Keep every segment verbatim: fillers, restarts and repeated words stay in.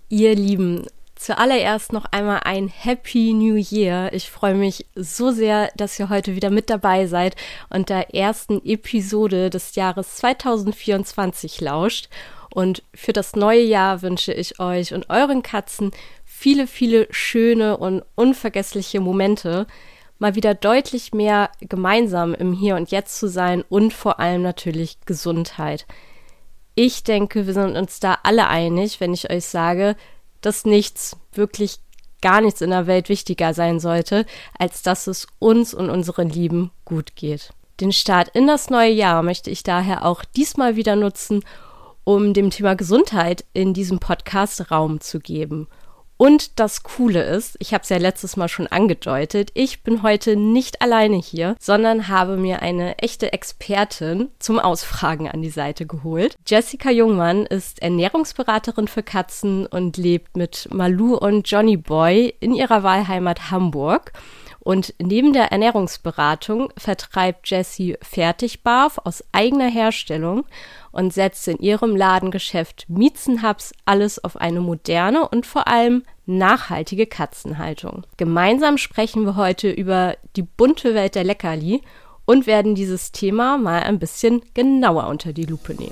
Ihr Lieben, zuallererst noch einmal ein Happy New Year. Ich freue mich so sehr, dass ihr heute wieder mit dabei seid und der ersten Episode des Jahres zwanzig vierundzwanzig lauscht. Und für das neue Jahr wünsche ich euch und euren Katzen viele, viele schöne und unvergessliche Momente, mal wieder deutlich mehr gemeinsam im Hier und Jetzt zu sein und vor allem natürlich Gesundheit. Ich denke, wir sind uns da alle einig, wenn ich euch sage, dass nichts, wirklich gar nichts in der Welt wichtiger sein sollte, als dass es uns und unseren Lieben gut geht. Den Start in das neue Jahr möchte ich daher auch diesmal wieder nutzen, um dem Thema Gesundheit in diesem Podcast Raum zu geben. Und das Coole ist, ich habe es ja letztes Mal schon angedeutet, ich bin heute nicht alleine hier, sondern habe mir eine echte Expertin zum Ausfragen an die Seite geholt. Jessica Jungmann ist Ernährungsberaterin für Katzen und lebt mit Malu und Johnny Boy in ihrer Wahlheimat Hamburg. Und neben der Ernährungsberatung vertreibt Jessie Fertigbarf aus eigener Herstellung und setzt in ihrem Ladengeschäft Miezenhubs alles auf eine moderne und vor allem nachhaltige Katzenhaltung. Gemeinsam sprechen wir heute über die bunte Welt der Leckerli und werden dieses Thema mal ein bisschen genauer unter die Lupe nehmen.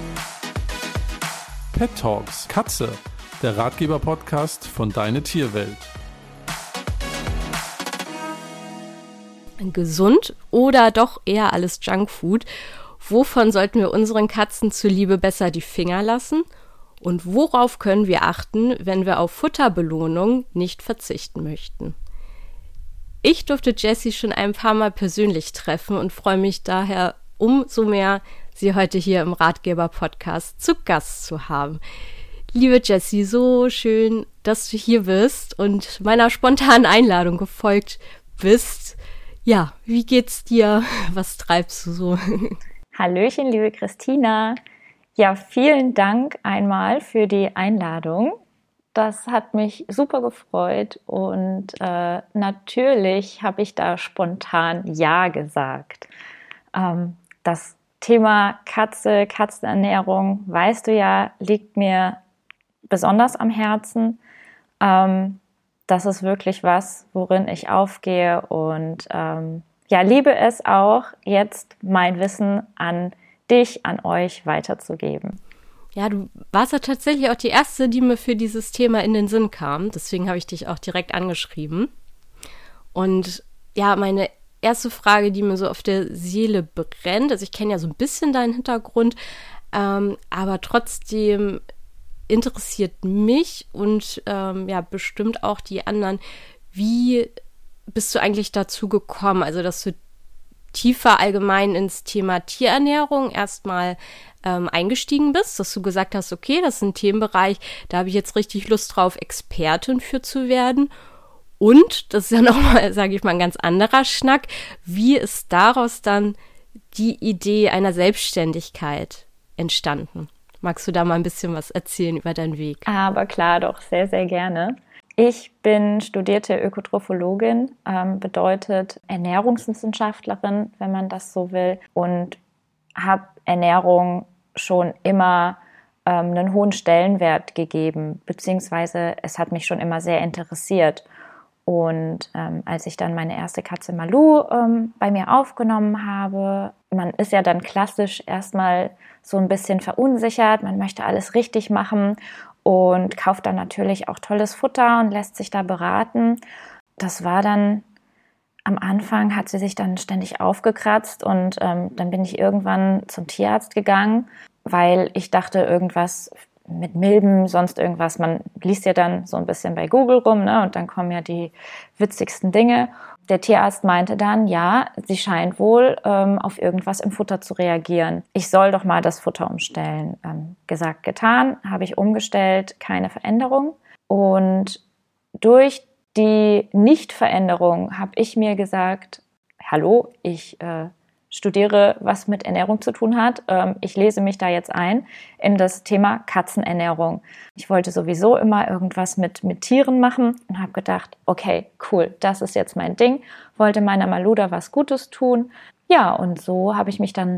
Pet Talks Katze, der Ratgeber-Podcast von Deine Tierwelt. Gesund oder doch eher alles Junkfood? Wovon sollten wir unseren Katzen zuliebe besser die Finger lassen? Und worauf können wir achten, wenn wir auf Futterbelohnung nicht verzichten möchten? Ich durfte Jessie schon ein paar Mal persönlich treffen und freue mich daher umso mehr, sie heute hier im Ratgeber-Podcast zu Gast zu haben. Liebe Jessie, so schön, dass du hier bist und meiner spontanen Einladung gefolgt bist. Ja, wie geht's dir? Was treibst du so? Hallöchen, liebe Christina. Ja, vielen Dank einmal für die Einladung. Das hat mich super gefreut und äh, natürlich habe ich da spontan Ja gesagt. Ähm, das Thema Katze, Katzenernährung, weißt du ja, liegt mir besonders am Herzen. Ähm, Das ist wirklich was, worin ich aufgehe und ähm, ja, liebe es auch, jetzt mein Wissen an dich, an euch weiterzugeben. Ja, du warst ja tatsächlich auch die Erste, die mir für dieses Thema in den Sinn kam. Deswegen habe ich dich auch direkt angeschrieben. Und ja, meine erste Frage, die mir so auf der Seele brennt, also ich kenne ja so ein bisschen deinen Hintergrund, ähm, aber trotzdem interessiert mich und ähm, ja bestimmt auch die anderen, wie bist du eigentlich dazu gekommen, also dass du tiefer allgemein ins Thema Tierernährung erstmal ähm, eingestiegen bist, dass du gesagt hast, okay, das ist ein Themenbereich, da habe ich jetzt richtig Lust drauf, Expertin für zu werden. Und, das ist ja nochmal, sage ich mal, ein ganz anderer Schnack, wie ist daraus dann die Idee einer Selbstständigkeit entstanden? Magst du da mal ein bisschen was erzählen über deinen Weg? Aber klar, doch, sehr, sehr gerne. Ich bin studierte Ökotrophologin, ähm, bedeutet Ernährungswissenschaftlerin, wenn man das so will, und habe Ernährung schon immer ähm, einen hohen Stellenwert gegeben, beziehungsweise es hat mich schon immer sehr interessiert. Und ähm, als ich dann meine erste Katze Malu ähm, bei mir aufgenommen habe, man ist ja dann klassisch erstmal so ein bisschen verunsichert, man möchte alles richtig machen und kauft dann natürlich auch tolles Futter und lässt sich da beraten. Das war dann, am Anfang hat sie sich dann ständig aufgekratzt und ähm, dann bin ich irgendwann zum Tierarzt gegangen, weil ich dachte, irgendwas mit Milben, sonst irgendwas. Man liest ja dann so ein bisschen bei Google rum, ne? Und dann kommen ja die witzigsten Dinge. Der Tierarzt meinte dann, ja, sie scheint wohl ähm, auf irgendwas im Futter zu reagieren. Ich soll doch mal das Futter umstellen. Ähm, gesagt, getan, habe ich umgestellt, keine Veränderung. Und durch die Nichtveränderung habe ich mir gesagt, hallo, ich äh, studiere, was mit Ernährung zu tun hat. Ähm, ich lese mich da jetzt ein in das Thema Katzenernährung. Ich wollte sowieso immer irgendwas mit, mit Tieren machen und habe gedacht, okay, cool, das ist jetzt mein Ding. Wollte meiner Malu da was Gutes tun. Ja, und so habe ich mich dann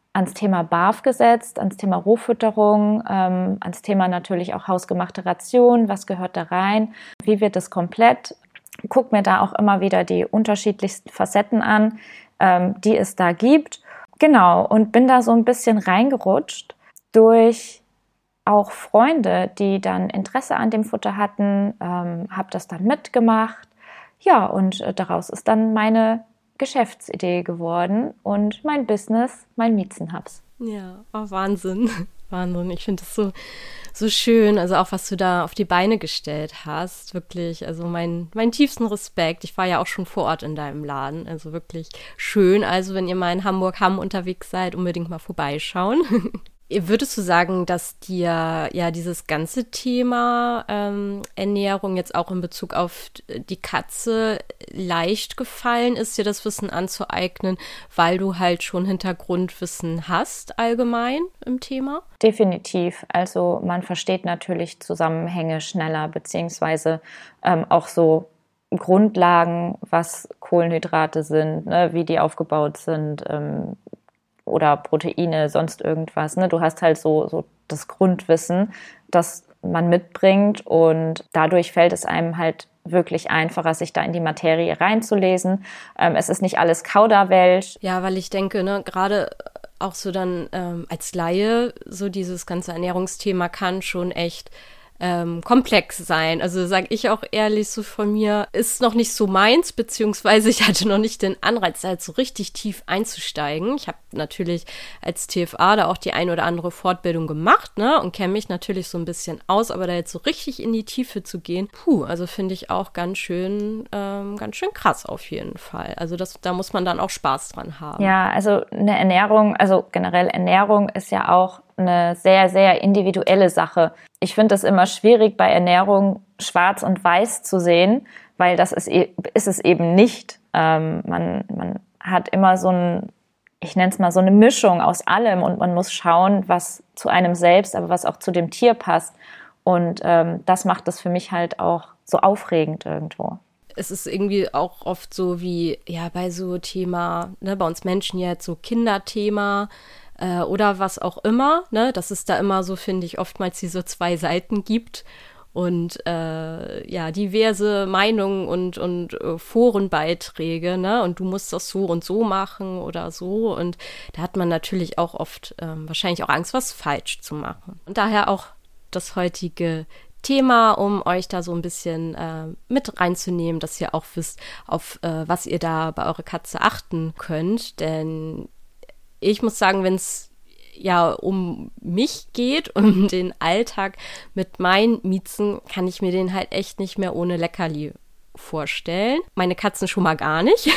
ans Thema B A F gesetzt, ans Thema Rohfütterung, ähm, ans Thema natürlich auch hausgemachte Ration, was gehört da rein, wie wird es komplett. Guck mir da auch immer wieder die unterschiedlichsten Facetten an, ähm, die es da gibt. Genau, und bin da so ein bisschen reingerutscht durch auch Freunde, die dann Interesse an dem Futter hatten, ähm, habe das dann mitgemacht. Ja, und äh, daraus ist dann meine Geschäftsidee geworden und mein Business, mein Miezenhubs. Ja, oh, Wahnsinn. Wahnsinn. Ich finde es so, so schön, also auch was du da auf die Beine gestellt hast, wirklich, also mein, mein tiefsten Respekt. Ich war ja auch schon vor Ort in deinem Laden, also wirklich schön. Also wenn ihr mal in Hamburg-Hamm unterwegs seid, unbedingt mal vorbeischauen. Würdest du sagen, dass dir ja dieses ganze Thema ähm, Ernährung jetzt auch in Bezug auf die Katze leicht gefallen ist, dir das Wissen anzueignen, weil du halt schon Hintergrundwissen hast allgemein im Thema? Definitiv. Also man versteht natürlich Zusammenhänge schneller, beziehungsweise ähm, auch so Grundlagen, was Kohlenhydrate sind, ne, wie die aufgebaut sind, ähm, oder Proteine, sonst irgendwas. Ne? Du hast halt so, so das Grundwissen, das man mitbringt und dadurch fällt es einem halt wirklich einfacher, sich da in die Materie reinzulesen. Ähm, es ist nicht alles Kauderwelsch. Ja, weil ich denke, ne, gerade auch so dann ähm, als Laie, so dieses ganze Ernährungsthema kann schon echt Ähm, komplex sein. Also sage ich auch ehrlich so von mir, ist noch nicht so meins, beziehungsweise ich hatte noch nicht den Anreiz, da halt so richtig tief einzusteigen. Ich habe natürlich als T F A da auch die ein oder andere Fortbildung gemacht, ne, und kenne mich natürlich so ein bisschen aus, aber da jetzt so richtig in die Tiefe zu gehen, puh, also finde ich auch ganz schön, ähm, ganz schön krass auf jeden Fall. Also das, da muss man dann auch Spaß dran haben. Ja, also eine Ernährung, also generell Ernährung ist ja auch eine sehr, sehr individuelle Sache. Ich finde es immer schwierig, bei Ernährung schwarz und weiß zu sehen, weil das ist, ist es eben nicht. Ähm, man, man hat immer so ein, ich nenne es mal so eine Mischung aus allem und man muss schauen, was zu einem selbst, aber was auch zu dem Tier passt. Und ähm, das macht es für mich halt auch so aufregend irgendwo. Es ist irgendwie auch oft so wie, ja, bei so Thema, ne, bei uns Menschen jetzt so Kinderthema, oder was auch immer, ne, dass es da immer so, finde ich, oftmals diese zwei Seiten gibt und äh, ja, diverse Meinungen und, und äh, Forenbeiträge, ne, und du musst das so und so machen oder so und da hat man natürlich auch oft ähm, wahrscheinlich auch Angst, was falsch zu machen. Und daher auch das heutige Thema, um euch da so ein bisschen äh, mit reinzunehmen, dass ihr auch wisst, auf äh, was ihr da bei eurer Katze achten könnt, denn ich muss sagen, wenn es ja um mich geht, um den Alltag mit meinen Miezen, kann ich mir den halt echt nicht mehr ohne Leckerli vorstellen. Meine Katzen schon mal gar nicht.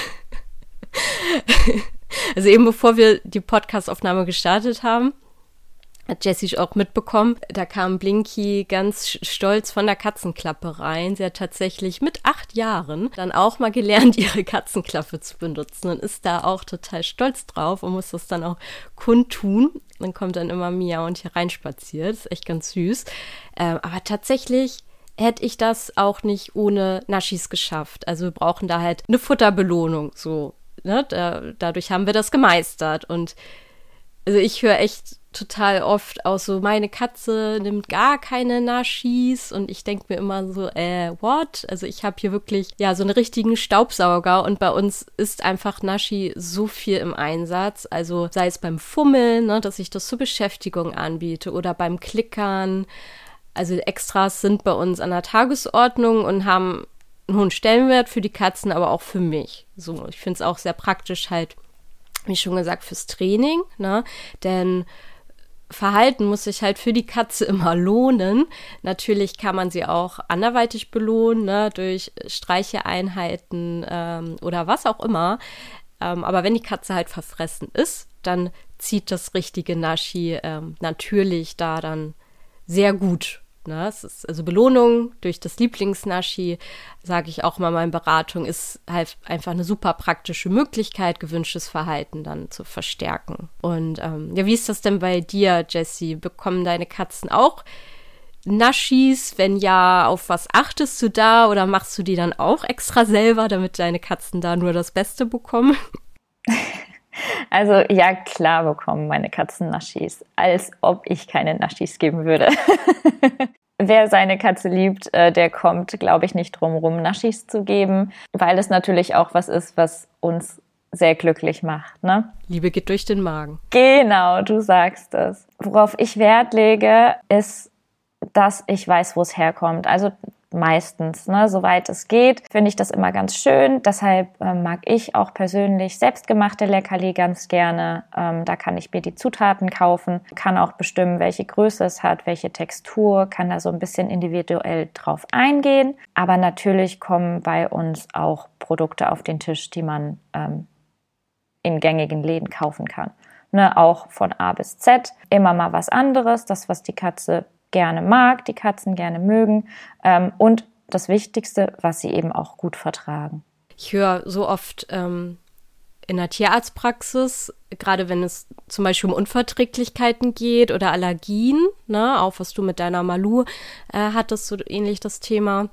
Also eben bevor wir die Podcast-Aufnahme gestartet haben, hat Jessie auch mitbekommen, da kam Blinky ganz stolz von der Katzenklappe rein. Sie hat tatsächlich mit acht Jahren dann auch mal gelernt, ihre Katzenklappe zu benutzen und ist da auch total stolz drauf und muss das dann auch kundtun. Dann kommt dann immer Mia und hier reinspaziert. Das ist echt ganz süß. Ähm, aber tatsächlich hätte ich das auch nicht ohne Naschis geschafft. Also wir brauchen da halt eine Futterbelohnung. So, ne? Da, dadurch haben wir das gemeistert. Und also ich höre echt total oft auch so, meine Katze nimmt gar keine Naschis und ich denke mir immer so, äh, what? Also ich habe hier wirklich, ja, so einen richtigen Staubsauger und bei uns ist einfach Naschi so viel im Einsatz, also sei es beim Fummeln, ne, dass ich das zur Beschäftigung anbiete oder beim Klickern, also Extras sind bei uns an der Tagesordnung und haben einen hohen Stellenwert für die Katzen, aber auch für mich. So, ich finde es auch sehr praktisch halt, wie schon gesagt, fürs Training, ne, denn Verhalten muss sich halt für die Katze immer lohnen. Natürlich kann man sie auch anderweitig belohnen, ne, durch Streicheeinheiten ähm, oder was auch immer. Ähm, aber wenn die Katze halt verfressen ist, dann zieht das richtige Naschi ähm, natürlich da dann sehr gut. Ne? Es ist also Belohnung durch das Lieblingsnaschi, sage ich auch mal in meiner Beratung, ist halt einfach eine super praktische Möglichkeit, gewünschtes Verhalten dann zu verstärken. Und ähm, ja, wie ist das denn bei dir, Jessie? Bekommen deine Katzen auch Naschis? Wenn ja, auf was achtest du da? Oder machst du die dann auch extra selber, damit deine Katzen da nur das Beste bekommen? Also ja, klar bekommen meine Katzen Naschis, als ob ich keine Naschis geben würde. Wer seine Katze liebt, der kommt, glaube ich, nicht drum rum, Naschis zu geben, weil es natürlich auch was ist, was uns sehr glücklich macht, ne? Liebe geht durch den Magen. Genau, du sagst es. Worauf ich Wert lege, ist, dass ich weiß, wo es herkommt. Also meistens, ne, soweit es geht, finde ich das immer ganz schön. Deshalb äh, mag ich auch persönlich selbstgemachte Leckerli ganz gerne. Ähm, da kann ich mir die Zutaten kaufen, kann auch bestimmen, welche Größe es hat, welche Textur, kann da so ein bisschen individuell drauf eingehen. Aber natürlich kommen bei uns auch Produkte auf den Tisch, die man ähm, in gängigen Läden kaufen kann. Ne, auch von A bis Z. Immer mal was anderes, das, was die Katze gerne mag, die Katzen gerne mögen ähm, und das Wichtigste, was sie eben auch gut vertragen. Ich höre so oft ähm, in der Tierarztpraxis, gerade wenn es zum Beispiel um Unverträglichkeiten geht oder Allergien, ne, auch was du mit deiner Malu äh, hattest, so ähnlich das Thema.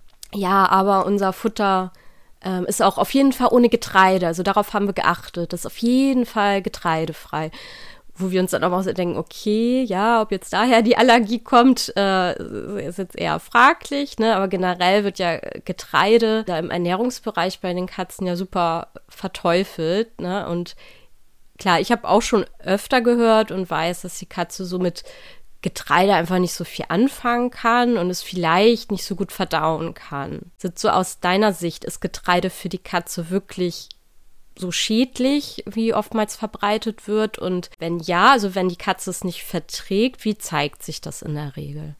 Ja, aber unser Futter ähm, ist auch auf jeden Fall ohne Getreide, also darauf haben wir geachtet, das ist auf jeden Fall getreidefrei. Wo wir uns dann auch so denken, okay, ja, ob jetzt daher die Allergie kommt, äh, ist jetzt eher fraglich, ne? Aber generell wird ja Getreide da im Ernährungsbereich bei den Katzen ja super verteufelt, ne? Und klar, ich habe auch schon öfter gehört und weiß, dass die Katze so mit Getreide einfach nicht so viel anfangen kann und es vielleicht nicht so gut verdauen kann. Sind so aus deiner Sicht, ist Getreide für die Katze wirklich so schädlich, wie oftmals verbreitet wird? Und wenn ja, also wenn die Katze es nicht verträgt, wie zeigt sich das in der Regel?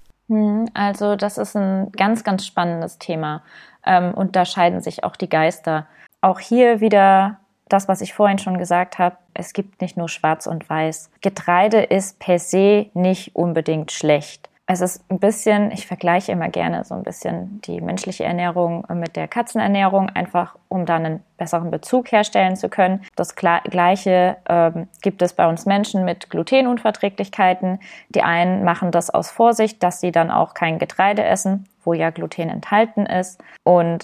Also das ist ein ganz, ganz spannendes Thema. Ähm, und da scheiden sich auch die Geister. Auch hier wieder das, was ich vorhin schon gesagt habe, es gibt nicht nur Schwarz und Weiß. Getreide ist per se nicht unbedingt schlecht. Es ist ein bisschen, ich vergleiche immer gerne so ein bisschen die menschliche Ernährung mit der Katzenernährung, einfach um da einen besseren Bezug herstellen zu können. Das Gleiche ähm, gibt es bei uns Menschen mit Glutenunverträglichkeiten. Die einen machen das aus Vorsicht, dass sie dann auch kein Getreide essen, wo ja Gluten enthalten ist, und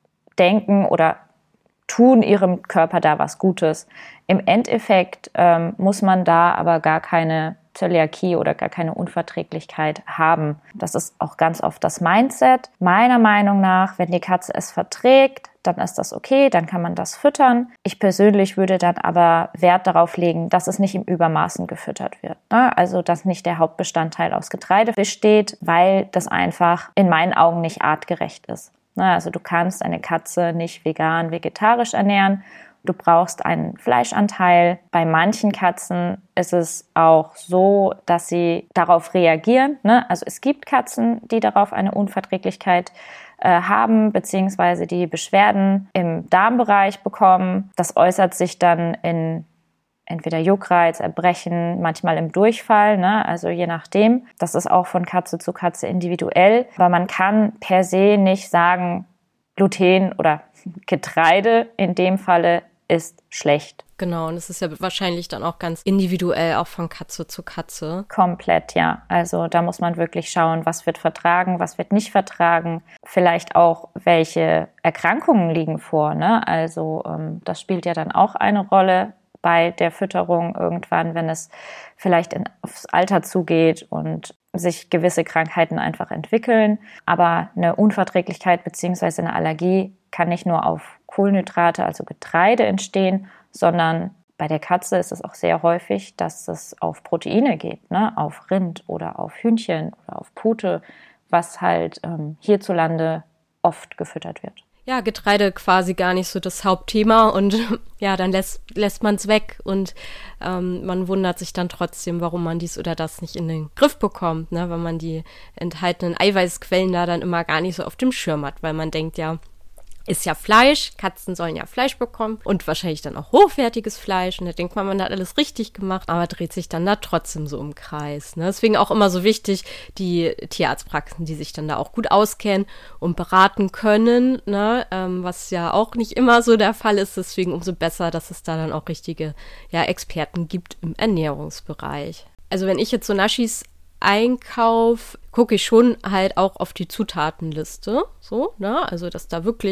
denken oder tun ihrem Körper da was Gutes. Im Endeffekt ähm, muss man da aber gar keine Zöliakie oder gar keine Unverträglichkeit haben. Das ist auch ganz oft das Mindset. Meiner Meinung nach, wenn die Katze es verträgt, dann ist das okay, dann kann man das füttern. Ich persönlich würde dann aber Wert darauf legen, dass es nicht im Übermaßen gefüttert wird. Also, dass nicht der Hauptbestandteil aus Getreide besteht, weil das einfach in meinen Augen nicht artgerecht ist. Also, du kannst eine Katze nicht vegan, vegetarisch ernähren. Du brauchst einen Fleischanteil. Bei manchen Katzen ist es auch so, dass sie darauf reagieren. Ne? Also es gibt Katzen, die darauf eine Unverträglichkeit äh, haben, beziehungsweise die Beschwerden im Darmbereich bekommen. Das äußert sich dann in entweder Juckreiz, Erbrechen, manchmal im Durchfall, ne? Also je nachdem. Das ist auch von Katze zu Katze individuell. Aber man kann per se nicht sagen, Gluten oder Getreide in dem Falle ist schlecht. Genau, und es ist ja wahrscheinlich dann auch ganz individuell, auch von Katze zu Katze. Komplett, ja. Also da muss man wirklich schauen, was wird vertragen, was wird nicht vertragen. Vielleicht auch, welche Erkrankungen liegen vor, ne? Also ähm, das spielt ja dann auch eine Rolle bei der Fütterung irgendwann, wenn es vielleicht in, aufs Alter zugeht und sich gewisse Krankheiten einfach entwickeln. Aber eine Unverträglichkeit bzw. eine Allergie kann nicht nur auf Kohlenhydrate, also Getreide, entstehen, sondern bei der Katze ist es auch sehr häufig, dass es auf Proteine geht, ne? Auf Rind oder auf Hühnchen oder auf Pute, was halt ähm, hierzulande oft gefüttert wird. Ja, Getreide quasi gar nicht so das Hauptthema und ja, dann lässt, lässt man es weg und ähm, man wundert sich dann trotzdem, warum man dies oder das nicht in den Griff bekommt, ne? Weil man die enthaltenen Eiweißquellen da dann immer gar nicht so auf dem Schirm hat, weil man denkt, ja, ist ja Fleisch, Katzen sollen ja Fleisch bekommen und wahrscheinlich dann auch hochwertiges Fleisch und da denkt man, man hat alles richtig gemacht, aber dreht sich dann da trotzdem so im Kreis, ne? Deswegen auch immer so wichtig, die Tierarztpraxen, die sich dann da auch gut auskennen und beraten können, ne? Ähm, was ja auch nicht immer so der Fall ist, deswegen umso besser, dass es da dann auch richtige, ja, Experten gibt im Ernährungsbereich. Also wenn ich jetzt so Naschis einkaufe, gucke ich schon halt auch auf die Zutatenliste, so, ne? Also dass da wirklich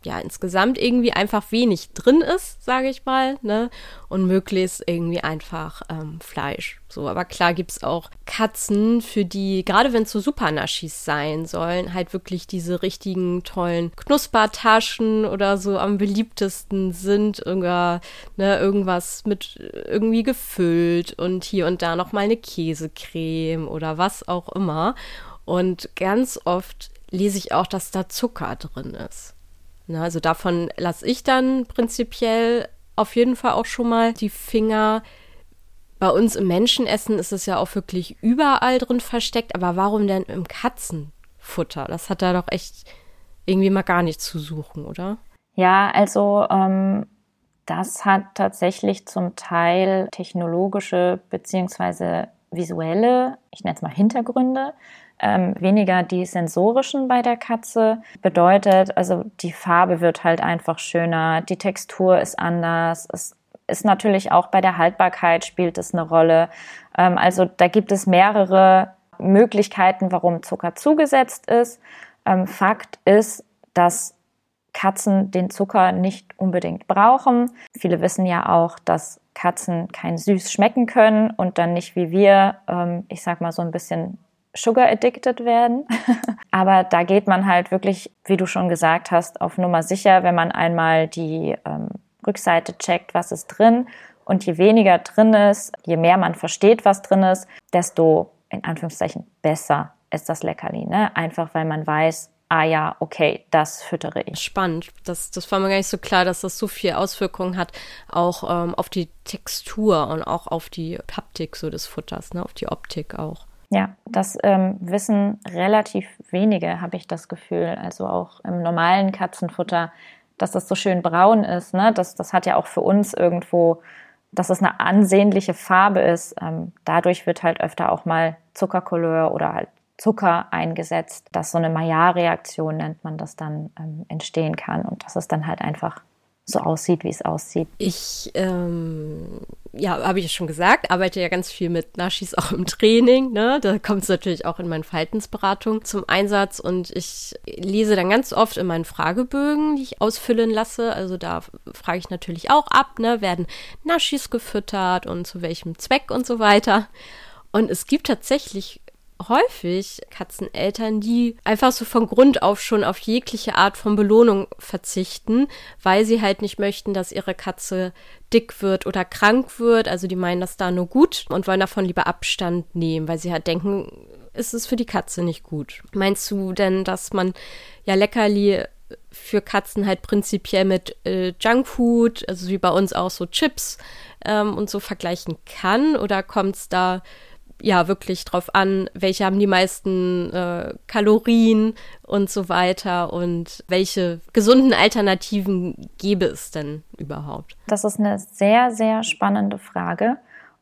ja insgesamt irgendwie einfach wenig drin ist, sage ich mal, ne? Und möglichst irgendwie einfach ähm, Fleisch. So, aber klar gibt's auch Katzen, für die, gerade wenn es so Supernaschis sein sollen, halt wirklich diese richtigen tollen Knuspertaschen oder so am beliebtesten sind. Irgendwas, ne, irgendwas mit irgendwie gefüllt und hier und da nochmal eine Käsecreme oder was auch immer. Und ganz oft lese ich auch, dass da Zucker drin ist. Na, also davon lasse ich dann prinzipiell auf jeden Fall auch schon mal die Finger. Bei uns im Menschenessen ist es ja auch wirklich überall drin versteckt. Aber warum denn im Katzenfutter? Das hat da doch echt irgendwie mal gar nichts zu suchen, oder? Ja, also ähm, das hat tatsächlich zum Teil technologische beziehungsweise visuelle, ich nenne es mal Hintergründe. Ähm, weniger die sensorischen bei der Katze. Bedeutet, also die Farbe wird halt einfach schöner, die Textur ist anders. Es ist natürlich auch bei der Haltbarkeit spielt es eine Rolle. Ähm, also da gibt es mehrere Möglichkeiten, warum Zucker zugesetzt ist. Ähm, Fakt ist, dass Katzen den Zucker nicht unbedingt brauchen. Viele wissen ja auch, dass Katzen kein Süß schmecken können und dann nicht wie wir, ähm, ich sag mal so ein bisschen Sugar addicted werden. Aber da geht man halt wirklich, wie du schon gesagt hast, auf Nummer sicher, wenn man einmal die ähm, Rückseite checkt, was ist drin. Und je weniger drin ist, je mehr man versteht, was drin ist, desto, in Anführungszeichen, besser ist das Leckerli. Ne? Einfach, weil man weiß, ah ja, okay, das füttere ich. Spannend. Das, das war mir gar nicht so klar, dass das so viel Auswirkungen hat, auch ähm, auf die Textur und auch auf die Haptik so des Futters, ne? Auf die Optik auch. Ja, das ähm, wissen relativ wenige, habe ich das Gefühl. Also auch im normalen Katzenfutter, dass das so schön braun ist. Ne? Das, das hat ja auch für uns irgendwo, dass es eine ansehnliche Farbe ist. Ähm, dadurch wird halt öfter auch mal Zuckercouleur oder halt Zucker eingesetzt, dass so eine Maillard-Reaktion, nennt man das dann, ähm, entstehen kann. Und dass es dann halt einfach so aussieht, wie es aussieht. Ich, ähm, ja, habe ich ja schon gesagt, arbeite ja ganz viel mit Naschis auch im Training, ne? Da kommt es natürlich auch in meinen Verhaltensberatungen zum Einsatz und ich lese dann ganz oft in meinen Fragebögen, die ich ausfüllen lasse, also da frage ich natürlich auch ab, ne? Werden Naschis gefüttert und zu welchem Zweck und so weiter. Und es gibt tatsächlich häufig Katzeneltern, die einfach so von Grund auf schon auf jegliche Art von Belohnung verzichten, weil sie halt nicht möchten, dass ihre Katze dick wird oder krank wird. Also die meinen das da nur gut und wollen davon lieber Abstand nehmen, weil sie halt denken, ist es für die Katze nicht gut. Meinst du denn, dass man ja Leckerli für Katzen halt prinzipiell mit äh, Junkfood, also wie bei uns auch so Chips ähm, und so vergleichen kann? Oder kommt es da ja wirklich drauf an, welche haben die meisten äh, Kalorien und so weiter und welche gesunden Alternativen gäbe es denn überhaupt? Das ist eine sehr, sehr spannende Frage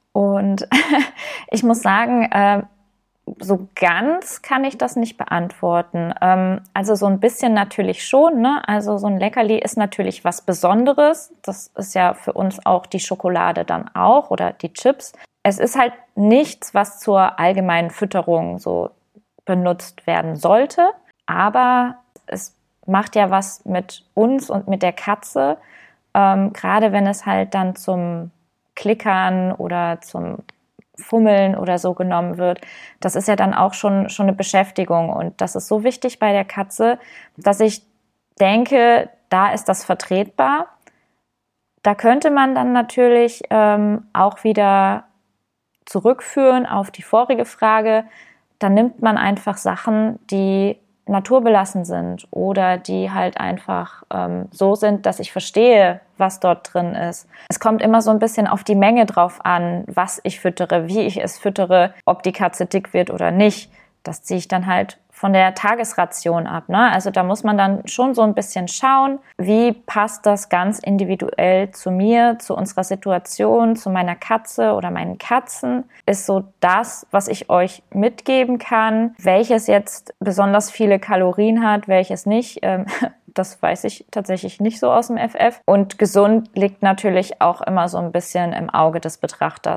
und ich muss sagen, äh, so ganz kann ich das nicht beantworten. Ähm, also so ein bisschen natürlich schon, ne? Also so ein Leckerli ist natürlich was Besonderes. Das ist ja für uns auch die Schokolade dann auch oder die Chips. Es ist halt nichts, was zur allgemeinen Fütterung so benutzt werden sollte, aber es macht ja was mit uns und mit der Katze, ähm, gerade wenn es halt dann zum Klickern oder zum Fummeln oder so genommen wird. Das ist ja dann auch schon, schon eine Beschäftigung und das ist so wichtig bei der Katze, dass ich denke, da ist das vertretbar. Da könnte man dann natürlich ähm, auch wieder zurückführen auf die vorige Frage, dann nimmt man einfach Sachen, die naturbelassen sind oder die halt einfach ähm, so sind, dass ich verstehe, was dort drin ist. Es kommt immer so ein bisschen auf die Menge drauf an, was ich füttere, wie ich es füttere, ob die Katze dick wird oder nicht. Das ziehe ich dann halt von der Tagesration ab, ne? Also da muss man dann schon so ein bisschen schauen, wie passt das ganz individuell zu mir, zu unserer Situation, zu meiner Katze oder meinen Katzen. Ist so das, was ich euch mitgeben kann. Welches jetzt besonders viele Kalorien hat, welches nicht, ähm, das weiß ich tatsächlich nicht so aus dem F F. Und gesund liegt natürlich auch immer so ein bisschen im Auge des Betrachters.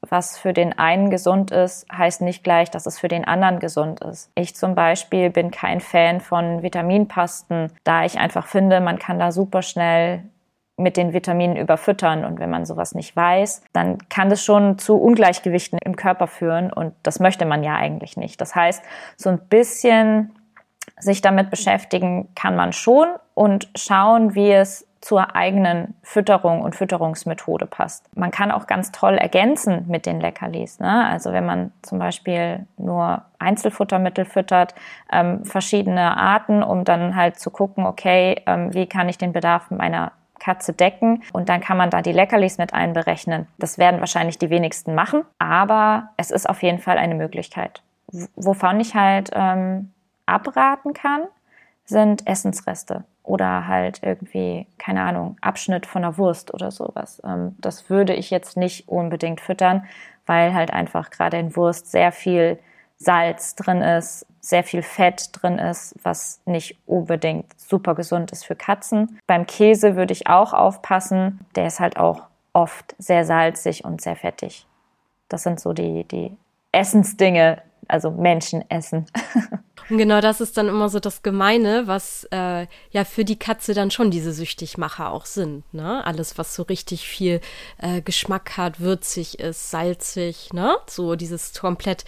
was für den einen gesund ist, heißt nicht gleich, dass es für den anderen gesund ist. Ich zum Beispiel bin kein Fan von Vitaminpasten, da ich einfach finde, man kann da super schnell mit den Vitaminen überfüttern. Und wenn man sowas nicht weiß, dann kann das schon zu Ungleichgewichten im Körper führen. Und das möchte man ja eigentlich nicht. Das heißt, so ein bisschen sich damit beschäftigen kann man schon und schauen, wie es zur eigenen Fütterung und Fütterungsmethode passt. Man kann auch ganz toll ergänzen mit den Leckerlis, ne? Also wenn man zum Beispiel nur Einzelfuttermittel füttert, ähm, verschiedene Arten, um dann halt zu gucken, okay, ähm, wie kann ich den Bedarf meiner Katze decken? Und dann kann man da die Leckerlis mit einberechnen. Das werden wahrscheinlich die wenigsten machen, aber es ist auf jeden Fall eine Möglichkeit. W- wovon ich halt ähm, abraten kann, sind Essensreste oder halt irgendwie, keine Ahnung, Abschnitt von einer Wurst oder sowas. Das würde ich jetzt nicht unbedingt füttern, weil halt einfach gerade in Wurst sehr viel Salz drin ist, sehr viel Fett drin ist, was nicht unbedingt super gesund ist für Katzen. Beim Käse würde ich auch aufpassen, der ist halt auch oft sehr salzig und sehr fettig. Das sind so die, die Essensdinge, also Menschen essen. Und genau das ist dann immer so das Gemeine, was äh, ja für die Katze dann schon diese Süchtigmacher auch sind, ne? Alles, was so richtig viel äh, Geschmack hat, würzig ist, salzig, ne? So dieses komplett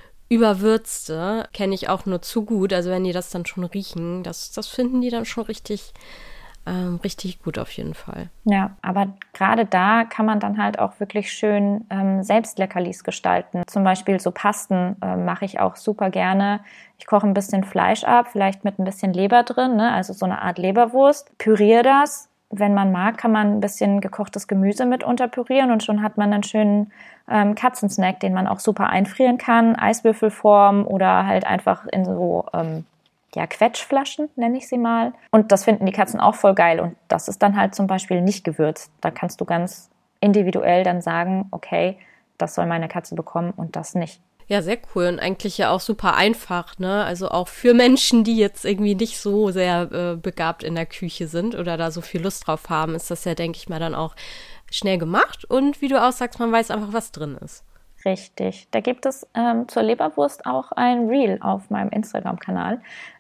Überwürzte kenne ich auch nur zu gut. Also wenn die das dann schon riechen, das, das finden die dann schon richtig Ähm, richtig gut auf jeden Fall. Ja, aber gerade da kann man dann halt auch wirklich schön ähm, selbst Leckerlis gestalten. Zum Beispiel so Pasten äh, mache ich auch super gerne. Ich koche ein bisschen Fleisch ab, vielleicht mit ein bisschen Leber drin, ne? Also so eine Art Leberwurst. Püriere das. Wenn man mag, kann man ein bisschen gekochtes Gemüse mit unterpürieren und schon hat man einen schönen ähm, Katzensnack, den man auch super einfrieren kann. Eiswürfelform oder halt einfach in so ähm, ja, Quetschflaschen, nenne ich sie mal. Und das finden die Katzen auch voll geil. Und das ist dann halt zum Beispiel nicht gewürzt. Da kannst du ganz individuell dann sagen, okay, das soll meine Katze bekommen und das nicht. Ja, sehr cool und eigentlich ja auch super einfach, ne? Also auch für Menschen, die jetzt irgendwie nicht so sehr äh, begabt in der Küche sind oder da so viel Lust drauf haben, ist das ja, denke ich mal, dann auch schnell gemacht. Und wie du auch sagst, man weiß einfach, was drin ist. Richtig. Da gibt es ähm, zur Leberwurst auch ein Reel auf meinem Instagram-Kanal.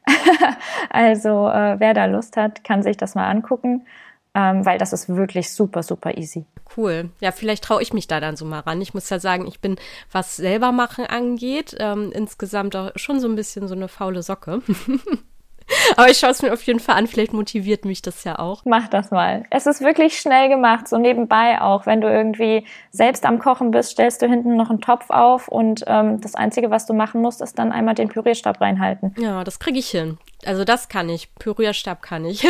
Also äh, wer da Lust hat, kann sich das mal angucken, ähm, weil das ist wirklich super, super easy. Cool. Ja, vielleicht traue ich mich da dann so mal ran. Ich muss ja sagen, ich bin, was selber machen angeht, ähm, insgesamt auch schon so ein bisschen so eine faule Socke. Aber ich schaue es mir auf jeden Fall an, vielleicht motiviert mich das ja auch. Mach das mal. Es ist wirklich schnell gemacht, so nebenbei auch. Wenn du irgendwie selbst am Kochen bist, stellst du hinten noch einen Topf auf und ähm, das Einzige, was du machen musst, ist dann einmal den Pürierstab reinhalten. Ja, das kriege ich hin. Also das kann ich. Pürierstab kann ich.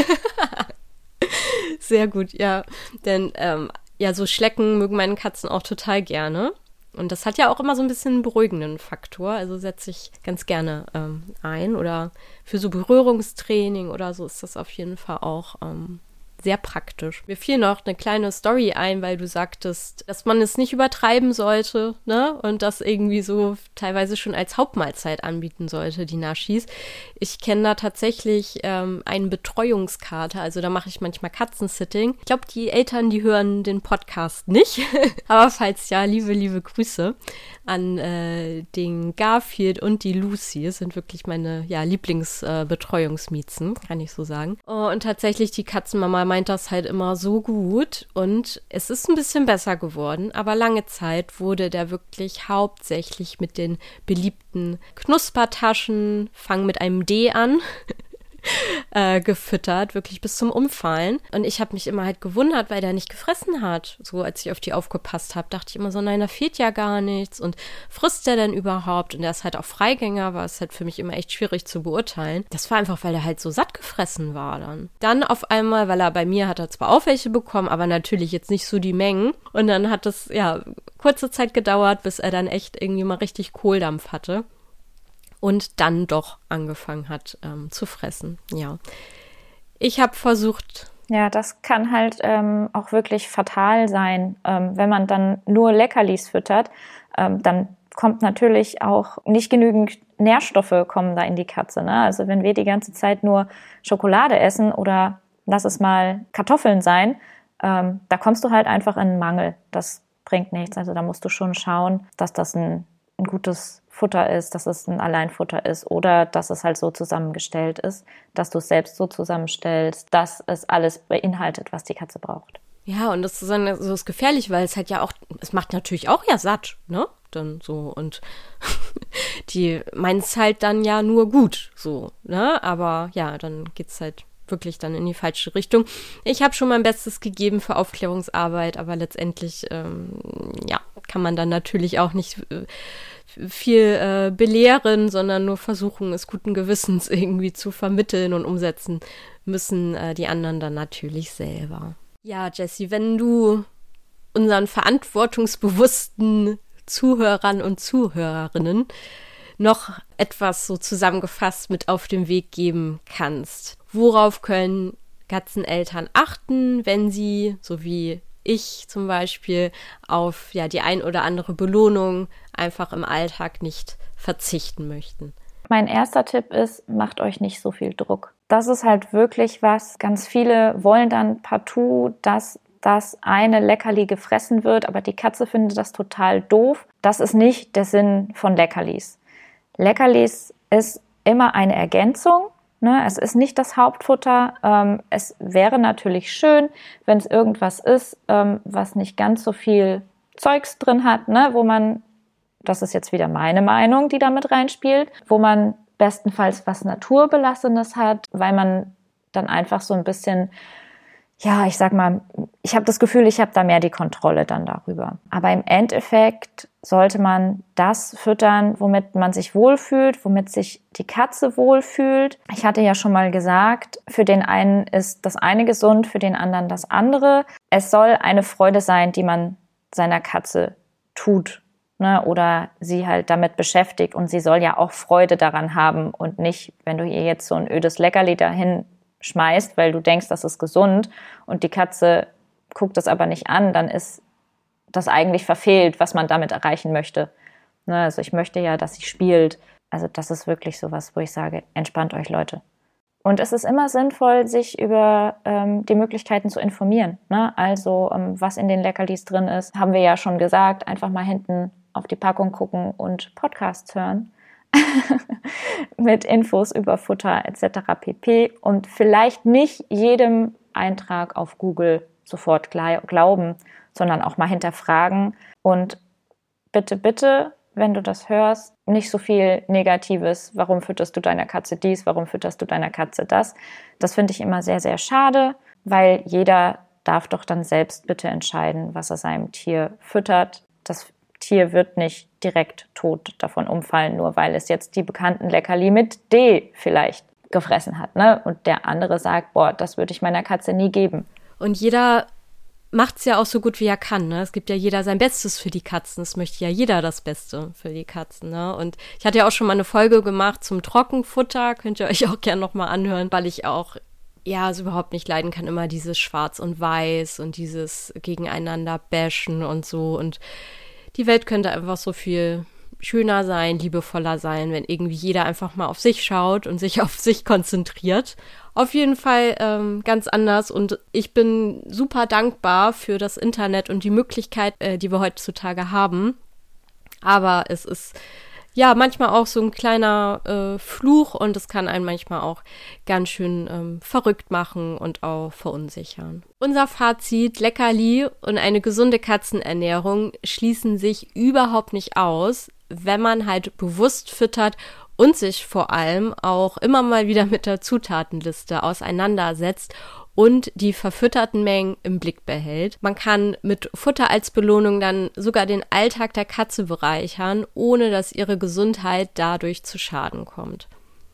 Sehr gut, ja. Denn ähm, ja, so Schlecken mögen meine Katzen auch total gerne. Und das hat ja auch immer so ein bisschen einen beruhigenden Faktor. Also setze ich ganz gerne ähm, ein. Oder für so Berührungstraining oder so ist das auf jeden Fall auch ähm, sehr praktisch. Mir fiel noch eine kleine Story ein, weil du sagtest, dass man es nicht übertreiben sollte, ne? Und das irgendwie so teilweise schon als Hauptmahlzeit anbieten sollte, die Naschis. Ich kenne da tatsächlich ähm, einen Betreuungskater, also da mache ich manchmal Katzensitting. Ich glaube, die Eltern, die hören den Podcast nicht, aber falls ja, liebe, liebe Grüße an äh, den Garfield und die Lucy. Es sind wirklich meine ja, Lieblingsbetreuungsmiezen, äh, kann ich so sagen. Oh, und tatsächlich, die Katzenmama meint das halt immer so gut und es ist ein bisschen besser geworden, aber lange Zeit wurde der wirklich hauptsächlich mit den beliebten Knuspertaschen, fang mit einem D an, äh, gefüttert, wirklich bis zum Umfallen. Und ich habe mich immer halt gewundert, weil der nicht gefressen hat. So, als ich auf die aufgepasst habe, dachte ich immer so, nein, da fehlt ja gar nichts. Und frisst der denn überhaupt? Und der ist halt auch Freigänger, war es halt für mich immer echt schwierig zu beurteilen. Das war einfach, weil er halt so satt gefressen war dann. Dann auf einmal, weil er bei mir hat er zwar auch welche bekommen, aber natürlich jetzt nicht so die Mengen. Und dann hat es, ja, kurze Zeit gedauert, bis er dann echt irgendwie mal richtig Kohldampf hatte. Und dann doch angefangen hat ähm, zu fressen, ja. Ich habe versucht... Ja, das kann halt ähm, auch wirklich fatal sein, ähm, wenn man dann nur Leckerlis füttert, ähm, dann kommt natürlich auch nicht genügend Nährstoffe kommen da in die Katze, ne? Also wenn wir die ganze Zeit nur Schokolade essen oder lass es mal Kartoffeln sein, ähm, da kommst du halt einfach in einen Mangel. Das bringt nichts. Also da musst du schon schauen, dass das ein, ein gutes Futter ist, dass es ein Alleinfutter ist oder dass es halt so zusammengestellt ist, dass du es selbst so zusammenstellst, dass es alles beinhaltet, was die Katze braucht. Ja, und das ist dann so ist gefährlich, weil es halt ja auch, es macht natürlich auch ja satt, ne? Dann so und die meinen es halt dann ja nur gut, so, ne? Aber ja, dann geht's halt wirklich dann in die falsche Richtung. Ich habe schon mein Bestes gegeben für Aufklärungsarbeit, aber letztendlich, ähm, ja, kann man dann natürlich auch nicht äh, viel äh, belehren, sondern nur versuchen, es guten Gewissens irgendwie zu vermitteln und umsetzen müssen äh, die anderen dann natürlich selber. Ja, Jessie, wenn du unseren verantwortungsbewussten Zuhörern und Zuhörerinnen noch etwas so zusammengefasst mit auf den Weg geben kannst, worauf können Katzeneltern achten, wenn sie, so wie ich zum Beispiel, auf ja die ein oder andere Belohnung einfach im Alltag nicht verzichten möchten? Mein erster Tipp ist, macht euch nicht so viel Druck. Das ist halt wirklich was, ganz viele wollen dann partout, dass das eine Leckerli gefressen wird, aber die Katze findet das total doof. Das ist nicht der Sinn von Leckerlis. Leckerlis ist immer eine Ergänzung, ne? Es ist nicht das Hauptfutter. Ähm, es wäre natürlich schön, wenn es irgendwas ist, ähm, was nicht ganz so viel Zeugs drin hat, ne? Wo man, das ist jetzt wieder meine Meinung, die da mit reinspielt, wo man bestenfalls was Naturbelassenes hat, weil man dann einfach so ein bisschen, ja, ich sag mal, ich habe das Gefühl, ich habe da mehr die Kontrolle dann darüber. Aber im Endeffekt sollte man das füttern, womit man sich wohlfühlt, womit sich die Katze wohlfühlt. Ich hatte ja schon mal gesagt, für den einen ist das eine gesund, für den anderen das andere. Es soll eine Freude sein, die man seiner Katze tut, ne, oder sie halt damit beschäftigt. Und sie soll ja auch Freude daran haben und nicht, wenn du ihr jetzt so ein ödes Leckerli dahin schmeißt, weil du denkst, das ist gesund und die Katze guckt das aber nicht an, dann ist das eigentlich verfehlt, was man damit erreichen möchte. Ne, also ich möchte ja, dass sie spielt. Also das ist wirklich sowas, wo ich sage, entspannt euch, Leute. Und es ist immer sinnvoll, sich über ähm, die Möglichkeiten zu informieren. Ne? Also ähm, was in den Leckerlis drin ist, haben wir ja schon gesagt, einfach mal hinten auf die Packung gucken und Podcasts hören mit Infos über Futter et cetera pp. Und vielleicht nicht jedem Eintrag auf Google sofort glauben, sondern auch mal hinterfragen. Und bitte, bitte, wenn du das hörst, nicht so viel Negatives. Warum fütterst du deiner Katze dies? Warum fütterst du deiner Katze das? Das finde ich immer sehr, sehr schade, weil jeder darf doch dann selbst bitte entscheiden, was er seinem Tier füttert. Das Tier wird nicht direkt tot davon umfallen, nur weil es jetzt die bekannten Leckerli mit D vielleicht gefressen hat, ne? Und der andere sagt, boah, das würde ich meiner Katze nie geben. Und jeder macht es ja auch so gut, wie er kann, ne? Es gibt ja jeder sein Bestes für die Katzen. Es möchte ja jeder das Beste für die Katzen, ne? Und ich hatte ja auch schon mal eine Folge gemacht zum Trockenfutter. Könnt ihr euch auch gerne nochmal anhören, weil ich auch ja, es überhaupt nicht leiden kann, immer dieses Schwarz und Weiß und dieses Gegeneinander bashen und so. Und die Welt könnte einfach so viel schöner sein, liebevoller sein, wenn irgendwie jeder einfach mal auf sich schaut und sich auf sich konzentriert. Auf jeden Fall ähm, ganz anders und ich bin super dankbar für das Internet und die Möglichkeit, äh, die wir heutzutage haben. Aber es ist ja manchmal auch so ein kleiner äh, Fluch und es kann einen manchmal auch ganz schön ähm, verrückt machen und auch verunsichern. Unser Fazit: Leckerli und eine gesunde Katzenernährung schließen sich überhaupt nicht aus, wenn man halt bewusst füttert und sich vor allem auch immer mal wieder mit der Zutatenliste auseinandersetzt und die verfütterten Mengen im Blick behält. Man kann mit Futter als Belohnung dann sogar den Alltag der Katze bereichern, ohne dass ihre Gesundheit dadurch zu Schaden kommt.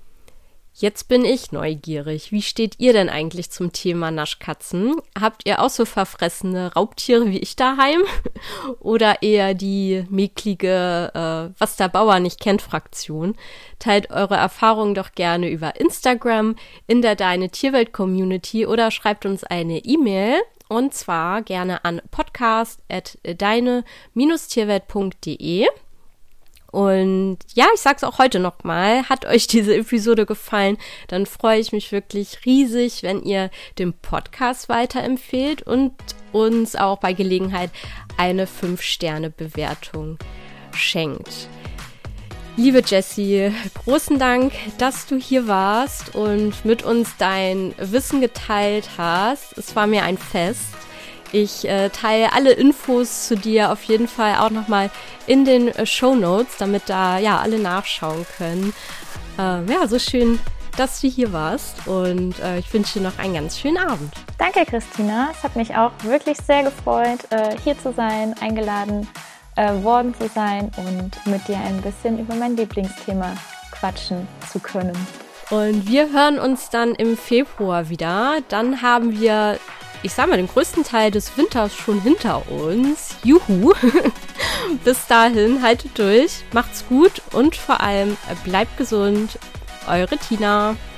Jetzt bin ich neugierig. Wie steht ihr denn eigentlich zum Thema Naschkatzen? Habt ihr auch so verfressene Raubtiere wie ich daheim? Oder eher die micklige äh, Was der Bauer nicht kennt Fraktion? Teilt eure Erfahrungen doch gerne über Instagram in der Deine Tierwelt Community oder schreibt uns eine E-Mail und zwar gerne an podcast at deine Bindestrich tierwelt punkt de. Und ja, ich sag's auch heute nochmal, hat euch diese Episode gefallen, dann freue ich mich wirklich riesig, wenn ihr den Podcast weiterempfehlt und uns auch bei Gelegenheit eine fünf Sterne Bewertung schenkt. Liebe Jessie, großen Dank, dass du hier warst und mit uns dein Wissen geteilt hast. Es war mir ein Fest. Ich äh, teile alle Infos zu dir auf jeden Fall auch nochmal in den äh, Shownotes, damit da ja alle nachschauen können. Äh, ja, so schön, dass du hier warst und äh, ich wünsche dir noch einen ganz schönen Abend. Danke, Christina. Es hat mich auch wirklich sehr gefreut, äh, hier zu sein, eingeladen äh, worden zu sein und mit dir ein bisschen über mein Lieblingsthema quatschen zu können. Und wir hören uns dann im Februar wieder. Dann haben wir, ich sag mal, den größten Teil des Winters schon hinter uns. Juhu! Bis dahin, haltet durch, macht's gut und vor allem bleibt gesund. Eure Tina.